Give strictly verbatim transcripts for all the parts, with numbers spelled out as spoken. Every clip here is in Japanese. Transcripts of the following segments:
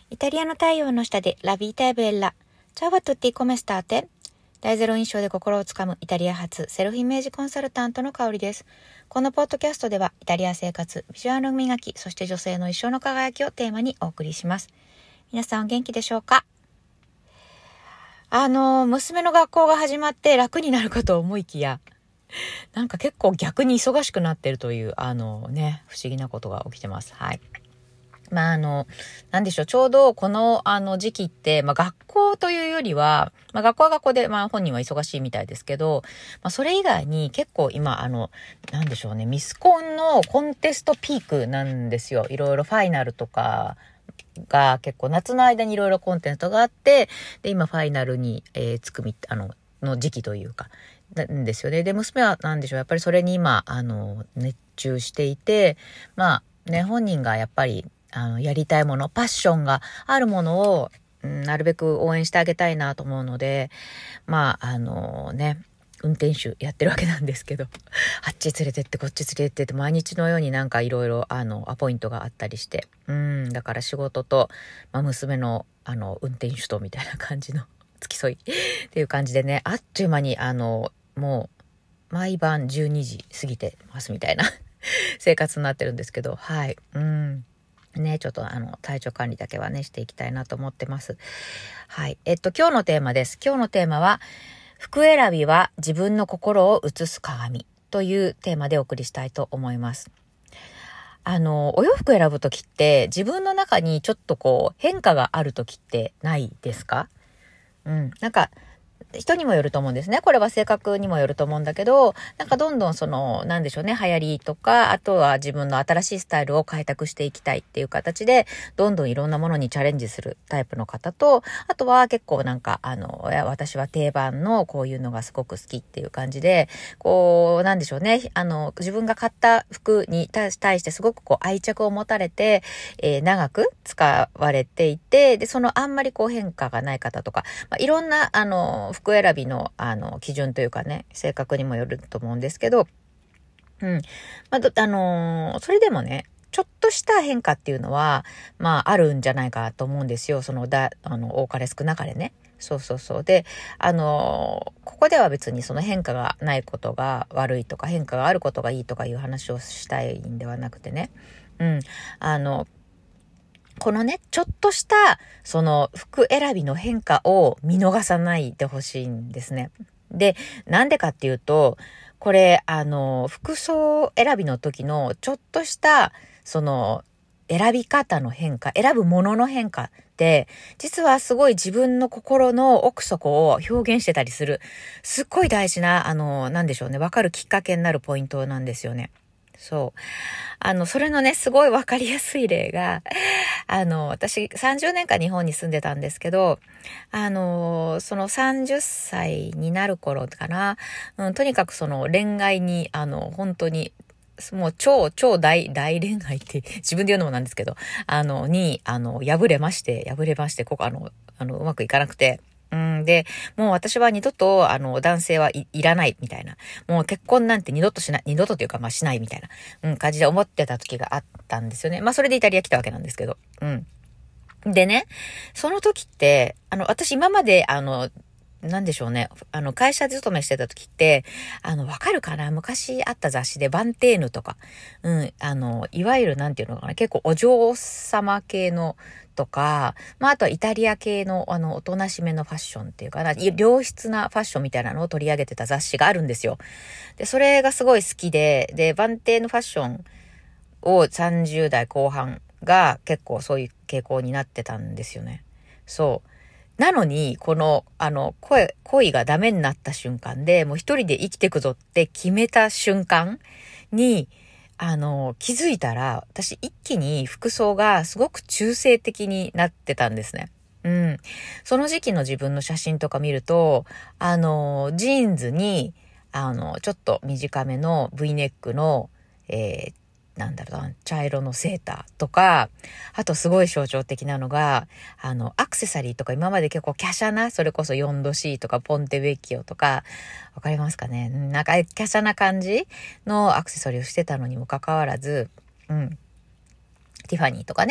イタリアの太陽の下でラビータエベッラ。チャワトゥッティコメスターテ。大ゼロ印象で心をつかむイタリア発セルフイメージコンサルタントの香りです。このポッドキャストではイタリア生活、ビジュアル磨き、そして女性の一生の輝きをテーマにお送りします。皆さんお元気でしょうか？あの、娘の学校が始まって楽になるかと思いきや、なんか結構逆に忙しくなってるという、あのね、不思議なことが起きてます。はい。まああの、なんでしょう、ちょうどこのあの時期って、まあ学校というよりは、まあ学校は学校で、まあ本人は忙しいみたいですけど、まあそれ以外に結構今あの、なんでしょうね、ミスコンのコンテストピークなんですよ。いろいろファイナルとかが結構夏の間にいろいろコンテンツがあって、で、今ファイナルに、えー、つくみ、あの、の時期というか、なんですよね。で、娘はなんでしょう、やっぱりそれに今、あの、熱中していて、まあね、本人がやっぱり、あの、やりたいもの、パッションがあるものを、うん、なるべく応援してあげたいなと思うので、まあ、あのね、運転手やってるわけなんですけど、あっち連れてってこっち連れてって毎日のようになんかいろいろあのアポイントがあったりして、うん、だから仕事と、まあ、娘のあの運転手とみたいな感じの付き添いっていう感じでね、あっという間にあのもう毎晩じゅうにじ過ぎてますみたいな生活になってるんですけど、はい、うんね、ちょっとあの体調管理だけはねしていきたいなと思ってます。はい、えっと今日のテーマです。今日のテーマは服選びは自分の心を映す鏡というテーマでお送りしたいと思います。あのお洋服選ぶときって自分の中にちょっとこう変化があるときってないですか？うん、なんか人にもよると思うんですね。これは性格にもよると思うんだけど、なんかどんどんその、なんでしょうね、流行りとか、あとは自分の新しいスタイルを開拓していきたいっていう形で、どんどんいろんなものにチャレンジするタイプの方と、あとは結構なんか、あの、いや私は定番のこういうのがすごく好きっていう感じで、こう、なんでしょうね、あの、自分が買った服に対してすごくこう愛着を持たれて、えー、長く使われていて、で、そのあんまりこう変化がない方とか、まあ、いろんな、あの、服選びの、あの、基準というかね、性格にもよると思うんですけど、うん。まあ、あのー、それでもね、ちょっとした変化っていうのは、まあ、あるんじゃないかと思うんですよ。その、だ、あの、多かれ少なかれね。そうそうそう。で、あのー、ここでは別にその変化がないことが悪いとか、変化があることがいいとかいう話をしたいんではなくてね。うん。あの、このね、ちょっとした、その服選びの変化を見逃さないでほしいんですね。で、なんでかっていうと、これ、あの、服装選びの時のちょっとした、その、選び方の変化、選ぶものの変化って、実はすごい自分の心の奥底を表現してたりする、すっごい大事な、あの、なんでしょうね、わかるきっかけになるポイントなんですよね。そう。あの、それのね、すごいわかりやすい例が、あの、私さんじゅうねんかん日本に住んでたんですけど、あの、そのさんじゅっさいになる頃かな、うん、とにかくその恋愛に、あの、本当に、もう超超大、大恋愛って自分で言うのもなんですけど、あの、に、あの、敗れまして、敗れまして、ここ、あの、あの、うまくいかなくて、うん、で、もう私は二度と、あの、男性はい、いらないみたいな。もう結婚なんて二度としない、二度とというか、まあしないみたいな、うん、感じで思ってた時があったんですよね。まあそれでイタリア来たわけなんですけど。うん。でね、その時って、あの、私今まで、あの、なんでしょうね。あの、会社勤めしてた時って、あの、わかるかな？昔あった雑誌でバンテーヌとか、うん、あの、いわゆるなんていうのかな、結構お嬢様系のとか、まあ、あとはイタリア系の、あの、おとなしめのファッションっていうかな、良質なファッションみたいなのを取り上げてた雑誌があるんですよ。で、それがすごい好きで、で、バンテーヌファッションをさんじゅう代後半が結構そういう傾向になってたんですよね。そう。なのに、この、あの、恋、恋がダメになった瞬間で、もう一人で生きてくぞって決めた瞬間に、あの、気づいたら、私一気に服装がすごく中性的になってたんですね。うん。その時期の自分の写真とか見ると、あの、ジーンズに、あの、ちょっと短めの V ネックの、えーなんだろうな、茶色のセーターとか、あとすごい象徴的なのが、あの、アクセサリーとか今まで結構華奢な、それこそ フォー ド シー とかポンテベッキオとか、わかりますかね？なんか華奢な感じのアクセサリーをしてたのにもかかわらず、うん、ティファニーとかね、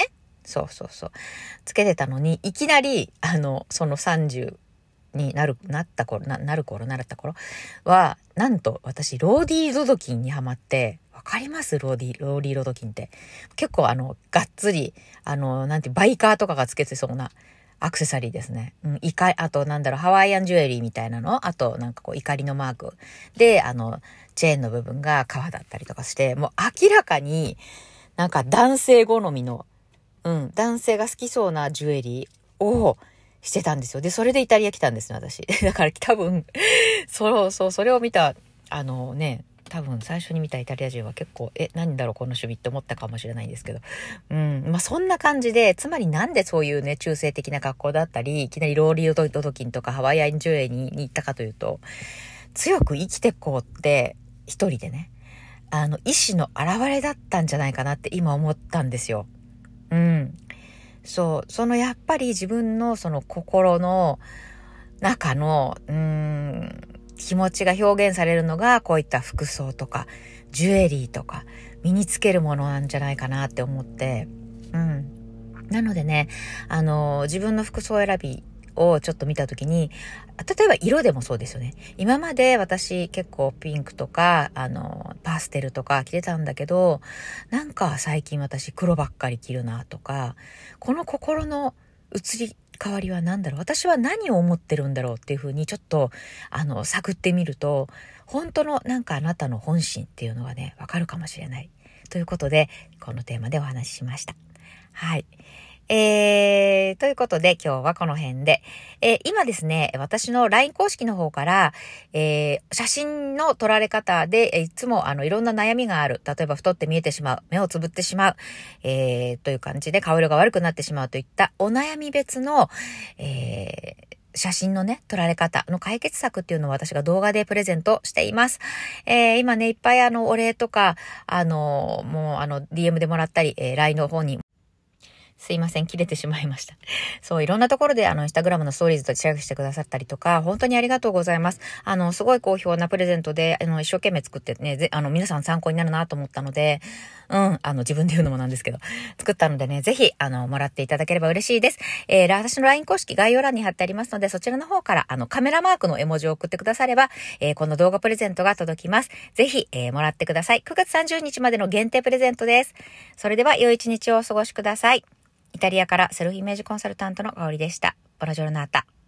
そうそうそう。つけてたのに、いきなり、あの、そのさんじゅうになる、なった頃、な、なる頃、なった頃は、なんと私、ローディーロドキンにハマって、わかりますローディー、ローディーロドキンって。結構あの、がっつり、あの、なんて、バイカーとかがつけてそうなアクセサリーですね。うん、いか、あと、なんだろう、ハワイアンジュエリーみたいなの、あと、なんかこう、怒りのマークで、あの、チェーンの部分が革だったりとかして、もう明らかになんか男性好みの、うん、男性が好きそうなジュエリーをしてたんですよ。で、それでイタリア来たんですね、私。だから多分、そうそう、それを見た、あのね、多分最初に見たイタリア人は結構、え、何だろうこの趣味って思ったかもしれないんですけど。うん、まあそんな感じで、つまりなんでそういうね、中性的な格好だったり、いきなりローリードドキンとかハワイアンジュエリーに行ったかというと、強く生きてこうって、一人でね、あの、意志の表れだったんじゃないかなって今思ったんですよ。うん。そう、そのやっぱり自分のその心の中の、うーん、気持ちが表現されるのがこういった服装とか、ジュエリーとか、身につけるものなんじゃないかなって思って、うん。なのでね、あの、自分の服装選びをちょっと見たときに、例えば色でもそうですよね。今まで私結構ピンクとか、あの、パステルとか着てたんだけど、なんか最近私黒ばっかり着るなとか、この心の移り変わりは何だろう、私は何を思ってるんだろうっていうふうにちょっと、あの、探ってみると、本当のなんかあなたの本心っていうのがね、わかるかもしれない。ということで、このテーマでお話ししました。はい。えー、ということで今日はこの辺で、えー、今ですね、私の ライン 公式の方から、えー、写真の撮られ方で、いつもあのいろんな悩みがある。例えば太って見えてしまう、目をつぶってしまう、えー、という感じで顔色が悪くなってしまうといったお悩み別の、えー写真のね、撮られ方の解決策っていうのを私が動画でプレゼントしています。えー、今ね、いっぱいあの、お礼とか、あの、もうあの、ディーエム でもらったり、えー、ライン の方にすいません、切れてしまいました。そう、いろんなところで、あの、インスタグラムのストーリーズとシェアしてくださったりとか、本当にありがとうございます。あの、すごい好評なプレゼントで、あの、一生懸命作ってね、ぜ、あの、皆さん参考になるなと思ったので、うん、あの、自分で言うのもなんですけど、作ったのでね、ぜひ、あの、もらっていただければ嬉しいです。えー、私の ライン 公式概要欄に貼ってありますので、そちらの方から、あの、カメラマークの絵文字を送ってくだされば、えー、この動画プレゼントが届きます。ぜひ、えー、もらってください。くがつさんじゅうにちまでの限定プレゼントです。それでは、良い一日をお過ごしください。イタリアからセルフイメージコンサルタントの香りでした。ボラジョルナータ。